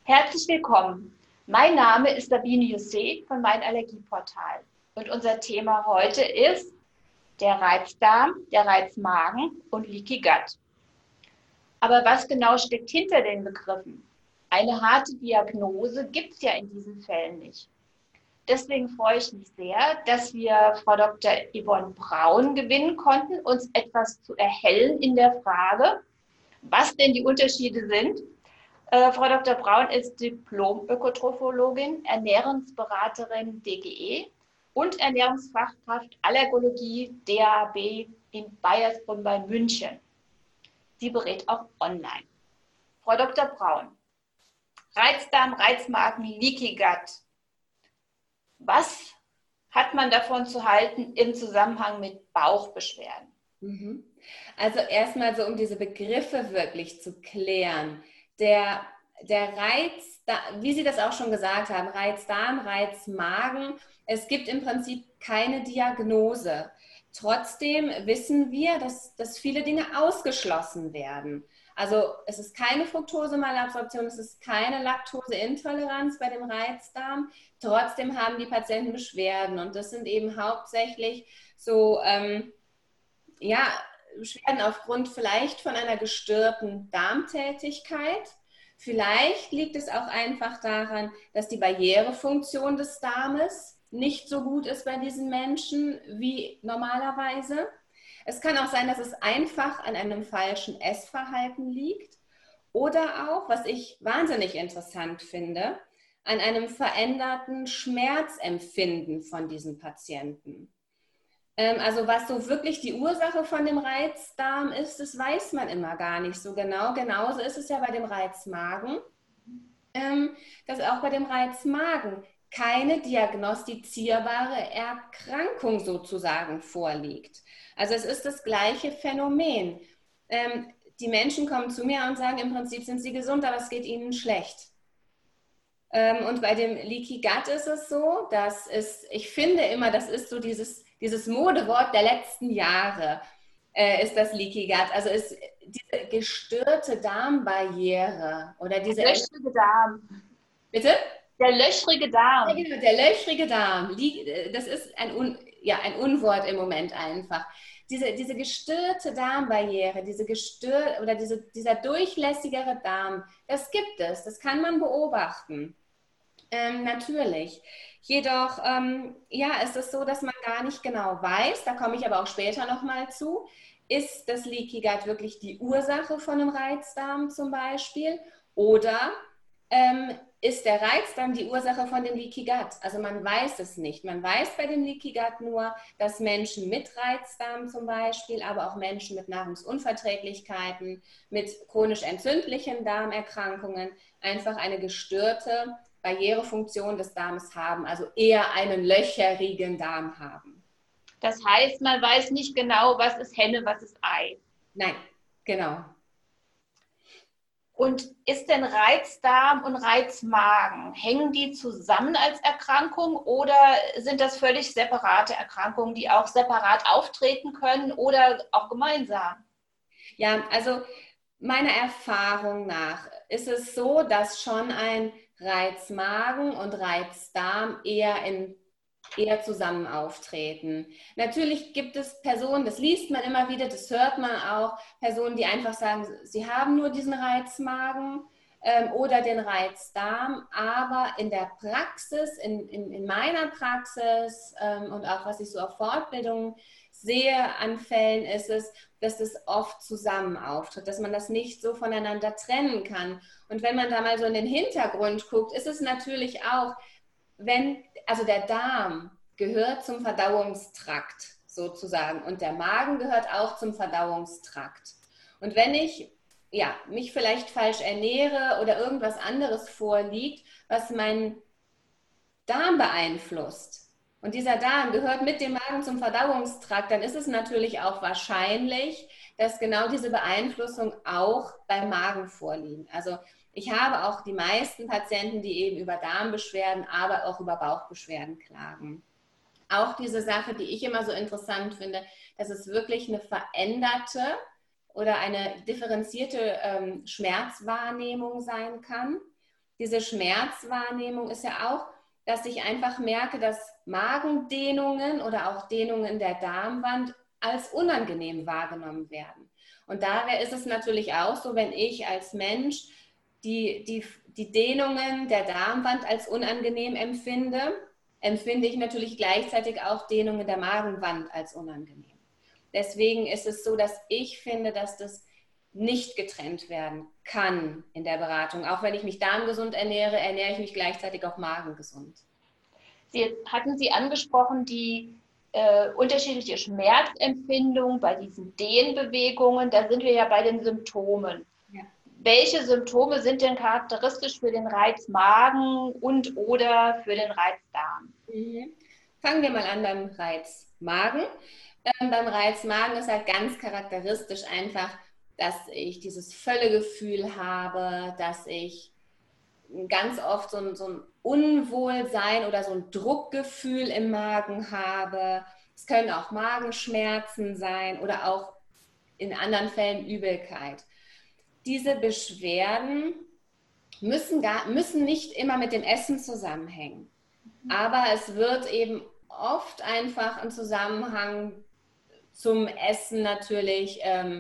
Herzlich willkommen. Mein Name ist Sabine Jussé von Mein Allergieportal. Und unser Thema heute ist der Reizdarm, der Reizmagen und Leaky Gut. Aber was genau steckt hinter den Begriffen? Eine harte Diagnose gibt es ja in diesen Fällen nicht. Deswegen freue ich mich sehr, dass wir Frau Dr. Yvonne Braun gewinnen konnten, uns etwas zu erhellen in der Frage, was denn die Unterschiede sind. Frau Dr. Braun ist Diplom-Ökotrophologin, Ernährungsberaterin DGE und Ernährungsfachkraft Allergologie DAB in Bayersbrunn bei München. Sie berät auch online. Frau Dr. Braun, Reizdarm, Reizmagen, Leaky Gut. Was hat man davon zu halten im Zusammenhang mit Bauchbeschwerden? Also erstmal so, um diese Begriffe wirklich zu klären. Der Reiz, wie Sie das auch schon gesagt haben, Reizdarm, Reizmagen, es gibt im Prinzip keine Diagnose. Trotzdem wissen wir, dass viele Dinge ausgeschlossen werden. Also es ist keine Fructosemalabsorption, es ist keine Laktoseintoleranz bei dem Reizdarm. Trotzdem haben die Patienten Beschwerden und das sind eben hauptsächlich so, Beschwerden aufgrund vielleicht von einer gestörten Darmtätigkeit. Vielleicht liegt es auch einfach daran, dass die Barrierefunktion des Darmes nicht so gut ist bei diesen Menschen wie normalerweise. Es kann auch sein, dass es einfach an einem falschen Essverhalten liegt oder auch, was ich wahnsinnig interessant finde, an einem veränderten Schmerzempfinden von diesen Patienten. Also was so wirklich die Ursache von dem Reizdarm ist, das weiß man immer gar nicht so genau. Genauso ist es ja bei dem Reizmagen, dass auch bei dem Reizmagen keine diagnostizierbare Erkrankung sozusagen vorliegt. Also es ist das gleiche Phänomen. Die Menschen kommen zu mir und sagen, im Prinzip sind sie gesund, aber es geht ihnen schlecht. Und bei dem Leaky Gut ist es so, dass ich finde immer, das ist so dieses Modewort der letzten Jahre, ist das Leaky Gut. Also ist diese gestörte Darmbarriere oder diese... Der löchrige Darm. Bitte? Der löchrige Darm. Ja, genau, der löchrige Darm. Das ist ein Unwort im Moment einfach. Diese gestörte Darmbarriere, dieser durchlässigere Darm, das gibt es, das kann man beobachten. Natürlich. Jedoch ist es so, dass man gar nicht genau weiß, da komme ich aber auch später nochmal zu, ist das Leaky Gut wirklich die Ursache von einem Reizdarm zum Beispiel oder ist der Reizdarm die Ursache von dem Leaky Gut? Also man weiß es nicht. Man weiß bei dem Leaky Gut nur, dass Menschen mit Reizdarm zum Beispiel, aber auch Menschen mit Nahrungsunverträglichkeiten, mit chronisch entzündlichen Darmerkrankungen einfach eine gestörte Barrierefunktion des Darms haben, also eher einen löcherigen Darm haben. Das heißt, man weiß nicht genau, was ist Henne, was ist Ei. Nein, genau. Und ist denn Reizdarm und Reizmagen, hängen die zusammen als Erkrankung oder sind das völlig separate Erkrankungen, die auch separat auftreten können oder auch gemeinsam? Ja, also meiner Erfahrung nach ist es so, dass schon ein Reizmagen und Reizdarm eher zusammen auftreten. Natürlich gibt es Personen, das liest man immer wieder, das hört man auch, Personen, die einfach sagen, sie haben nur diesen Reizmagen oder den Reizdarm, aber in der Praxis, in meiner Praxis und auch was ich so auf Fortbildungen sehe an Fällen, ist es, dass das oft zusammen auftritt, dass man das nicht so voneinander trennen kann. Und wenn man da mal so in den Hintergrund guckt, ist es natürlich auch, also der Darm gehört zum Verdauungstrakt sozusagen und der Magen gehört auch zum Verdauungstrakt. Und wenn ich mich vielleicht falsch ernähre oder irgendwas anderes vorliegt, was meinen Darm beeinflusst, und dieser Darm gehört mit dem Magen zum Verdauungstrakt, dann ist es natürlich auch wahrscheinlich, dass genau diese Beeinflussung auch beim Magen vorliegt. Also ich habe auch die meisten Patienten, die eben über Darmbeschwerden, aber auch über Bauchbeschwerden klagen. Auch diese Sache, die ich immer so interessant finde, dass es wirklich eine veränderte oder eine differenzierte Schmerzwahrnehmung sein kann. diese Schmerzwahrnehmung ist ja auch, dass ich einfach merke, dass Magendehnungen oder auch Dehnungen der Darmwand als unangenehm wahrgenommen werden. Und daher ist es natürlich auch so, wenn ich als Mensch die Dehnungen der Darmwand als unangenehm empfinde, empfinde ich natürlich gleichzeitig auch Dehnungen der Magenwand als unangenehm. Deswegen ist es so, dass ich finde, dass das nicht getrennt werden kann in der Beratung. Auch wenn ich mich darmgesund ernähre, ernähre ich mich gleichzeitig auch magengesund. Hatten Sie angesprochen, die unterschiedliche Schmerzempfindung bei diesen Dehnbewegungen. Da sind wir ja bei den Symptomen. Ja. Welche Symptome sind denn charakteristisch für den Reizmagen und oder für den Reizdarm? Fangen wir mal an beim Reizmagen. Beim Reizmagen ist halt ganz charakteristisch einfach, dass ich dieses Völlegefühl habe, dass ich ganz oft so ein Unwohlsein oder so ein Druckgefühl im Magen habe. Es können auch Magenschmerzen sein oder auch in anderen Fällen Übelkeit. Diese Beschwerden müssen nicht immer mit dem Essen zusammenhängen. Aber es wird eben oft einfach ein Zusammenhang zum Essen natürlich,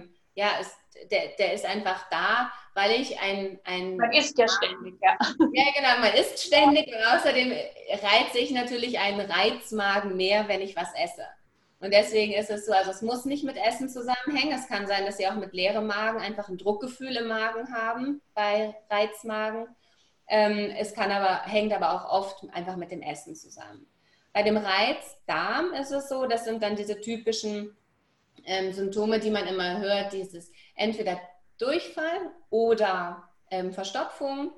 der ist einfach da, weil ich Man isst ja ständig, ja. Ja, genau, man isst ständig und außerdem reize ich natürlich einen Reizmagen mehr, wenn ich was esse. Und deswegen ist es so, also es muss nicht mit Essen zusammenhängen. Es kann sein, dass Sie auch mit leerem Magen einfach ein Druckgefühl im Magen haben bei Reizmagen. Hängt aber auch oft einfach mit dem Essen zusammen. Bei dem Reizdarm ist es so, das sind dann diese typischen Symptome, die man immer hört, dieses entweder Durchfall oder Verstopfung,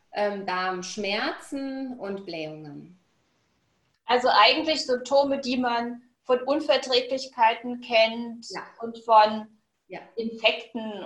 Darmschmerzen und Blähungen. Also eigentlich Symptome, die man von Unverträglichkeiten kennt, ja, und von, ja, Infekten.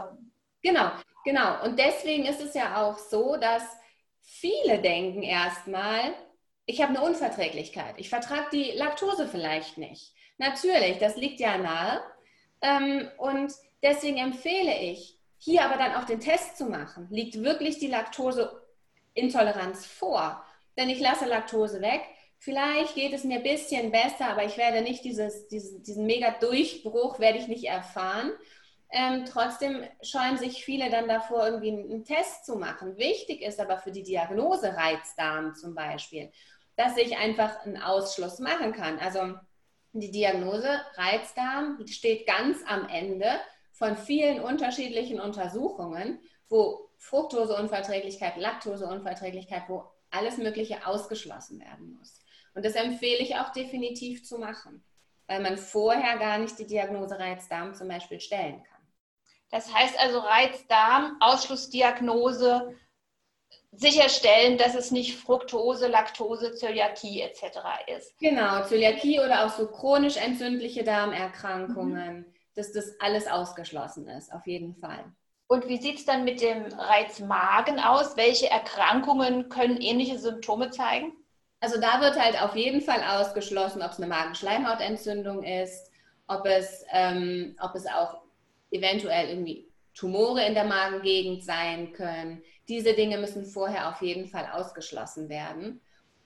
Genau. Und deswegen ist es ja auch so, dass viele denken erstmal, ich habe eine Unverträglichkeit. Ich vertrage die Laktose vielleicht nicht. Natürlich, das liegt ja nahe. Und deswegen empfehle ich, hier aber dann auch den Test zu machen. Liegt wirklich die Laktoseintoleranz vor? Denn ich lasse Laktose weg. Vielleicht geht es mir ein bisschen besser, aber ich werde nicht diesen Mega-Durchbruch werde ich nicht erfahren. Trotzdem scheuen sich viele dann davor, irgendwie einen Test zu machen. Wichtig ist aber für die Diagnose Reizdarm zum Beispiel, dass ich einfach einen Ausschluss machen kann. Also die Diagnose Reizdarm steht ganz am Ende von vielen unterschiedlichen Untersuchungen, wo Fructoseunverträglichkeit, Laktoseunverträglichkeit, wo alles Mögliche ausgeschlossen werden muss. Und das empfehle ich auch definitiv zu machen, weil man vorher gar nicht die Diagnose Reizdarm zum Beispiel stellen kann. Das heißt also Reizdarm, Ausschlussdiagnose, sicherstellen, dass es nicht Fructose, Laktose, Zöliakie etc. ist. Genau, Zöliakie oder auch so chronisch entzündliche Darmerkrankungen, dass das alles ausgeschlossen ist, auf jeden Fall. Und wie sieht es dann mit dem Reizmagen aus? Welche Erkrankungen können ähnliche Symptome zeigen? Also da wird halt auf jeden Fall ausgeschlossen, ob es eine Magenschleimhautentzündung ist, ob es auch eventuell irgendwie Tumore in der Magengegend sein können. Diese Dinge müssen vorher auf jeden Fall ausgeschlossen werden,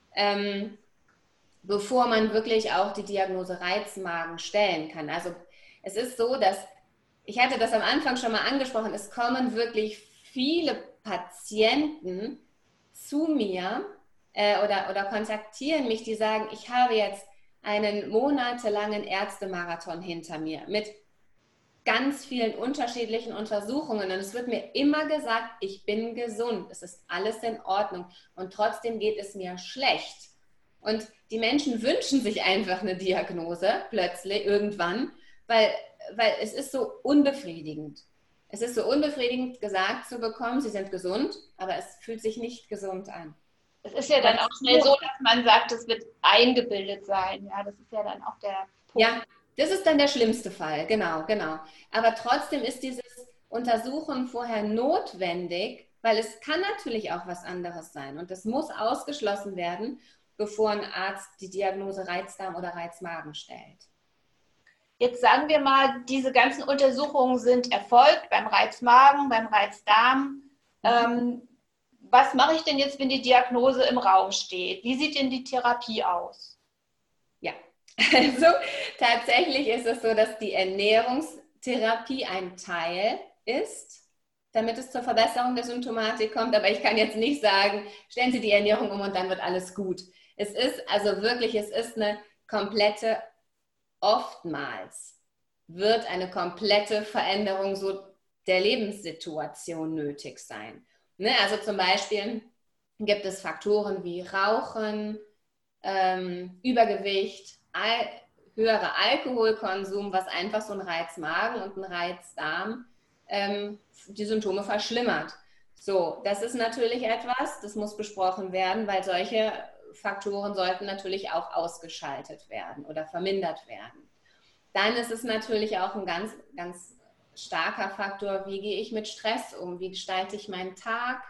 bevor man wirklich auch die Diagnose Reizmagen stellen kann. Also es ist so, dass, ich hatte das am Anfang schon mal angesprochen, es kommen wirklich viele Patienten zu mir oder kontaktieren mich, die sagen, ich habe jetzt einen monatelangen Ärztemarathon hinter mir mit ganz vielen unterschiedlichen Untersuchungen und es wird mir immer gesagt, ich bin gesund, es ist alles in Ordnung und trotzdem geht es mir schlecht. Und die Menschen wünschen sich einfach eine Diagnose plötzlich irgendwann, weil es ist so unbefriedigend. Es ist so unbefriedigend gesagt zu bekommen, sie sind gesund, aber es fühlt sich nicht gesund an. Es ist ja dann auch schnell so, dass man sagt, es wird eingebildet sein. Ja, das ist ja dann auch der Punkt. Ja, das ist dann der schlimmste Fall, genau. Aber trotzdem ist dieses Untersuchen vorher notwendig, weil es kann natürlich auch was anderes sein und das muss ausgeschlossen werden, bevor ein Arzt die Diagnose Reizdarm oder Reizmagen stellt. Jetzt sagen wir mal, diese ganzen Untersuchungen sind erfolgt beim Reizmagen, beim Reizdarm. was mache ich denn jetzt, wenn die Diagnose im Raum steht? Wie sieht denn die Therapie aus? Ja, also tatsächlich ist es so, dass die Ernährungstherapie ein Teil ist, damit es zur Verbesserung der Symptomatik kommt. Aber ich kann jetzt nicht sagen, stellen Sie die Ernährung um und dann wird alles gut. Es ist also wirklich, es ist eine komplette, oftmals wird eine komplette Veränderung so der Lebenssituation nötig sein. Ne? Also zum Beispiel gibt es Faktoren wie Rauchen, Übergewicht, höherer Alkoholkonsum, was einfach so ein Reizmagen und ein Reizdarm die Symptome verschlimmert. So, das ist natürlich etwas, das muss besprochen werden, weil solche Faktoren sollten natürlich auch ausgeschaltet werden oder vermindert werden. Dann ist es natürlich auch ein ganz, ganz starker Faktor, wie gehe ich mit Stress um, wie gestalte ich meinen Tag.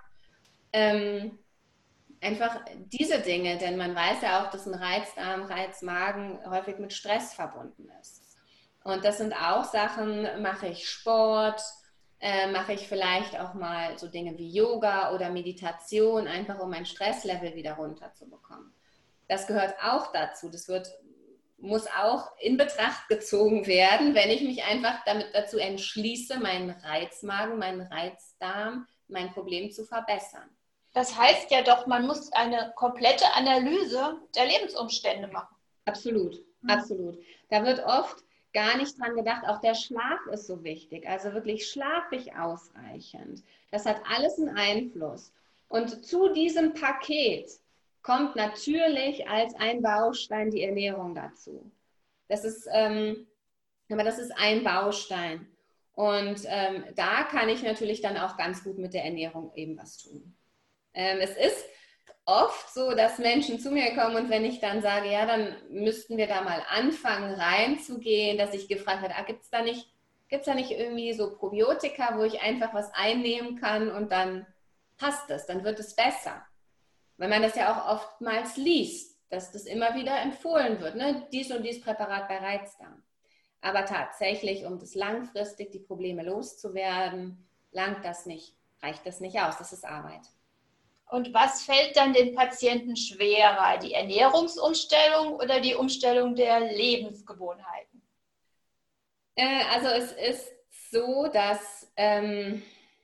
Einfach diese Dinge, denn man weiß ja auch, dass ein Reizdarm, Reizmagen häufig mit Stress verbunden ist. Und das sind auch Sachen, mache ich Sport, mache ich vielleicht auch mal so Dinge wie Yoga oder Meditation, einfach um mein Stresslevel wieder runterzubekommen. Das gehört auch dazu. Muss auch in Betracht gezogen werden, wenn ich mich einfach damit dazu entschließe, meinen Reizmagen, meinen Reizdarm, mein Problem zu verbessern. Das heißt ja doch, man muss eine komplette Analyse der Lebensumstände machen. Absolut, absolut. Da wird oft gar nicht dran gedacht, auch der Schlaf ist so wichtig. Also wirklich schlafe ich ausreichend. Das hat alles einen Einfluss. Und zu diesem Paket kommt natürlich als ein Baustein die Ernährung dazu. Das ist, aber das ist ein Baustein. Und da kann ich natürlich dann auch ganz gut mit der Ernährung eben was tun. Es ist oft so, dass Menschen zu mir kommen und wenn ich dann sage, ja, dann müssten wir da mal anfangen reinzugehen, dass ich gefragt werde, gibt es da nicht irgendwie so Probiotika, wo ich einfach was einnehmen kann und dann passt es, dann wird es besser. Weil man das ja auch oftmals liest, dass das immer wieder empfohlen wird, ne? Dies und dies Präparat bei Reizdarm. Aber tatsächlich, um das langfristig die Probleme loszuwerden, reicht das nicht aus, das ist Arbeit. Und was fällt dann den Patienten schwerer, die Ernährungsumstellung oder die Umstellung der Lebensgewohnheiten? Also es ist so, dass der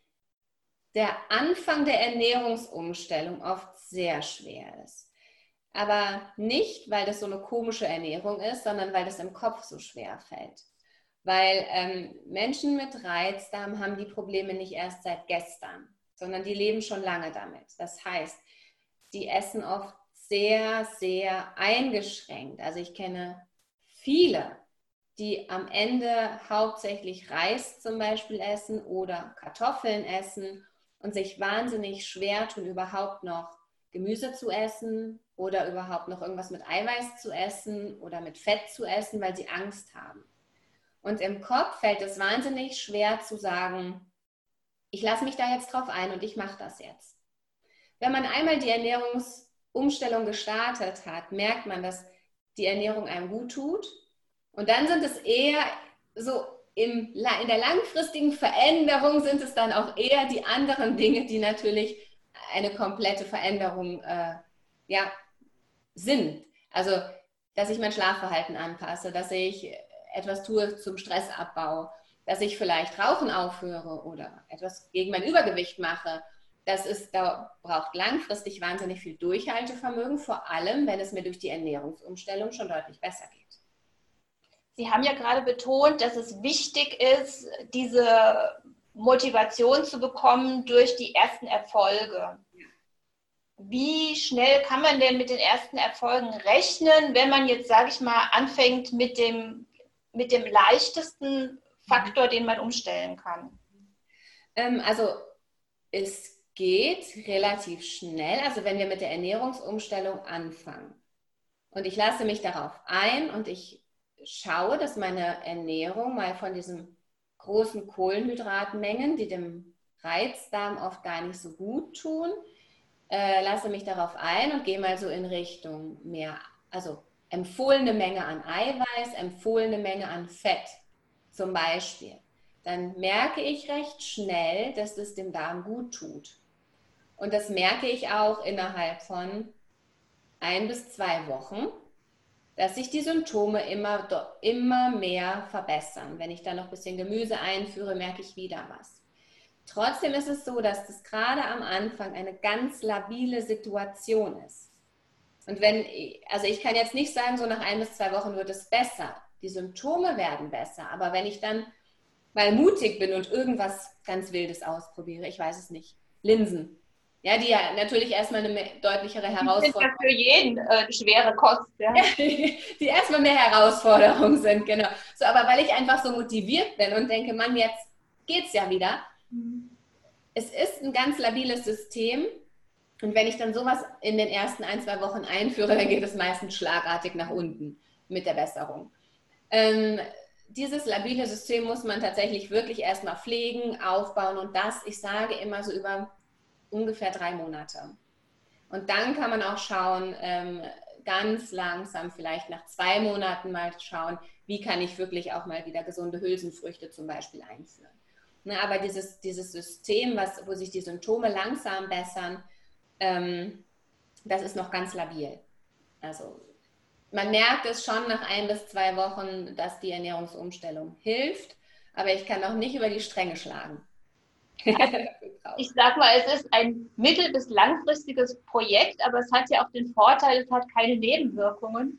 Anfang der Ernährungsumstellung oft sehr schwer ist. Aber nicht, weil das so eine komische Ernährung ist, sondern weil das im Kopf so schwer fällt. Weil Menschen mit Reizdarm haben die Probleme nicht erst seit gestern, sondern die leben schon lange damit. Das heißt, die essen oft sehr, sehr eingeschränkt. Also ich kenne viele, die am Ende hauptsächlich Reis zum Beispiel essen oder Kartoffeln essen und sich wahnsinnig schwer tun, überhaupt noch Gemüse zu essen oder überhaupt noch irgendwas mit Eiweiß zu essen oder mit Fett zu essen, weil sie Angst haben. Und im Kopf fällt es wahnsinnig schwer zu sagen, ich lasse mich da jetzt drauf ein und ich mache das jetzt. Wenn man einmal die Ernährungsumstellung gestartet hat, merkt man, dass die Ernährung einem gut tut. Und dann sind es eher so in der langfristigen Veränderung sind es dann auch eher die anderen Dinge, die natürlich eine komplette Veränderung sind. Also, dass ich mein Schlafverhalten anpasse, dass ich etwas tue zum Stressabbau, dass ich vielleicht Rauchen aufhöre oder etwas gegen mein Übergewicht mache. Da braucht langfristig wahnsinnig viel Durchhaltevermögen, vor allem, wenn es mir durch die Ernährungsumstellung schon deutlich besser geht. Sie haben ja gerade betont, dass es wichtig ist, diese Motivation zu bekommen durch die ersten Erfolge. Wie schnell kann man denn mit den ersten Erfolgen rechnen, wenn man jetzt, sage ich mal, anfängt mit dem leichtesten Faktor, den man umstellen kann? Also es geht relativ schnell, also wenn wir mit der Ernährungsumstellung anfangen und ich lasse mich darauf ein und ich schaue, dass meine Ernährung mal von diesen großen Kohlenhydratmengen, die dem Reizdarm oft gar nicht so gut tun, lasse mich darauf ein und gehe mal so in Richtung mehr, also empfohlene Menge an Eiweiß, empfohlene Menge an Fett zum Beispiel. Dann merke ich recht schnell, dass es dem Darm gut tut. Und das merke ich auch innerhalb von 1 bis 2 Wochen, dass sich die Symptome immer mehr verbessern. Wenn ich dann noch ein bisschen Gemüse einführe, merke ich wieder was. Trotzdem ist es so, dass das gerade am Anfang eine ganz labile Situation ist. Und also ich kann jetzt nicht sagen, so nach 1 bis 2 Wochen wird es besser. Die Symptome werden besser. Aber wenn ich dann mal mutig bin und irgendwas ganz Wildes ausprobiere, ich weiß es nicht, Linsen, ja, die ja natürlich erstmal eine deutlichere Herausforderung sind. Ja für jeden schwere Kost. Ja. die erstmal mehr Herausforderungen sind, genau. So, aber weil ich einfach so motiviert bin und denke, Mann, jetzt geht's ja wieder. Es ist ein ganz labiles System. Und wenn ich dann sowas in den ersten 1, 2 Wochen einführe, dann geht es meistens schlagartig nach unten mit der Besserung. Dieses labile System muss man tatsächlich wirklich erstmal pflegen, aufbauen und das, ich sage immer so über ungefähr 3 Monate. Und dann kann man auch schauen, ganz langsam vielleicht nach 2 Monaten mal schauen, wie kann ich wirklich auch mal wieder gesunde Hülsenfrüchte zum Beispiel einführen. Ne, aber dieses System, wo sich die Symptome langsam bessern, das ist noch ganz labil. Also man merkt es schon nach 1 bis 2 Wochen, dass die Ernährungsumstellung hilft, aber ich kann auch nicht über die Stränge schlagen. Ich sag mal, es ist ein mittel- bis langfristiges Projekt, aber es hat ja auch den Vorteil, es hat keine Nebenwirkungen.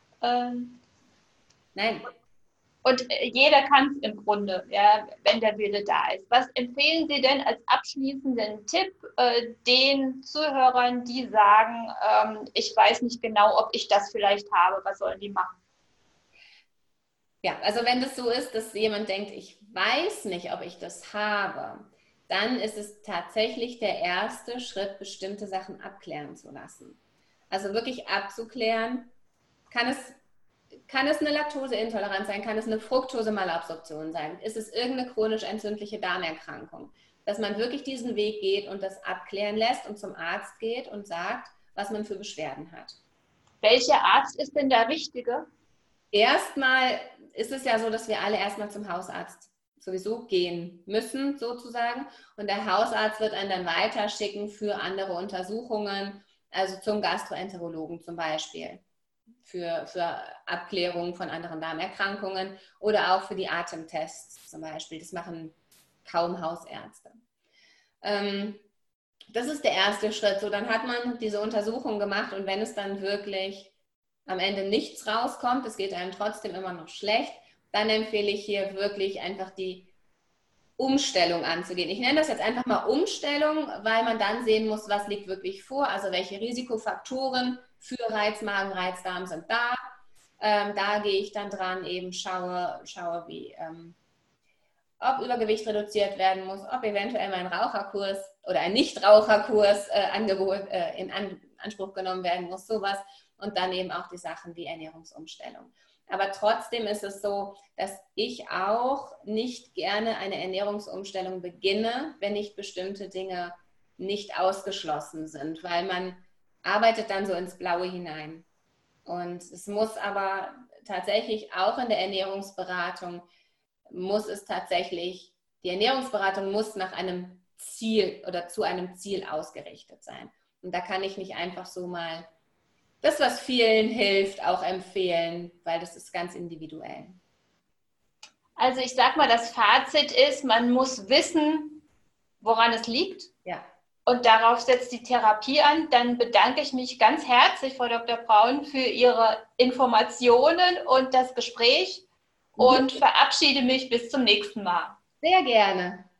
Nein. Und jeder kann es im Grunde, ja, wenn der Wille da ist. Was empfehlen Sie denn als abschließenden Tipp den Zuhörern, die sagen, ich weiß nicht genau, ob ich das vielleicht habe, was sollen die machen? Ja, also wenn das so ist, dass jemand denkt, ich weiß nicht, ob ich das habe, dann ist es tatsächlich der erste Schritt, bestimmte Sachen abklären zu lassen. Also wirklich abzuklären, kann es eine Laktoseintoleranz sein, kann es eine Fructose-Malabsorption sein, ist es irgendeine chronisch entzündliche Darmerkrankung, dass man wirklich diesen Weg geht und das abklären lässt und zum Arzt geht und sagt, was man für Beschwerden hat. Welcher Arzt ist denn der Richtige? Erstmal ist es ja so, dass wir alle erstmal zum Hausarzt sowieso gehen müssen, sozusagen. Und der Hausarzt wird einen dann weiterschicken für andere Untersuchungen, also zum Gastroenterologen zum Beispiel, für Abklärungen von anderen Darmerkrankungen oder auch für die Atemtests zum Beispiel. Das machen kaum Hausärzte. Das ist der erste Schritt. So, dann hat man diese Untersuchung gemacht und wenn es dann wirklich am Ende nichts rauskommt, es geht einem trotzdem immer noch schlecht, dann empfehle ich hier wirklich einfach die Umstellung anzugehen. Ich nenne das jetzt einfach mal Umstellung, weil man dann sehen muss, was liegt wirklich vor, also welche Risikofaktoren für Reizmagen, Reizdarm sind da. Da gehe ich dann dran, eben schaue wie, ob Übergewicht reduziert werden muss, ob eventuell mein Raucherkurs oder ein Nichtraucherkurs in Anspruch genommen werden muss, sowas. Und dann eben auch die Sachen wie Ernährungsumstellung. Aber trotzdem ist es so, dass ich auch nicht gerne eine Ernährungsumstellung beginne, wenn nicht bestimmte Dinge nicht ausgeschlossen sind, weil man arbeitet dann so ins Blaue hinein. Und es muss aber tatsächlich auch in der Ernährungsberatung, die Ernährungsberatung muss nach einem Ziel oder zu einem Ziel ausgerichtet sein. Und da kann ich nicht einfach so mal das, was vielen hilft, auch empfehlen, weil das ist ganz individuell. Also ich sag mal, das Fazit ist, man muss wissen, woran es liegt. Ja. Und darauf setzt die Therapie an. Dann bedanke ich mich ganz herzlich, Frau Dr. Braun, für Ihre Informationen und das Gespräch und verabschiede mich bis zum nächsten Mal. Sehr gerne.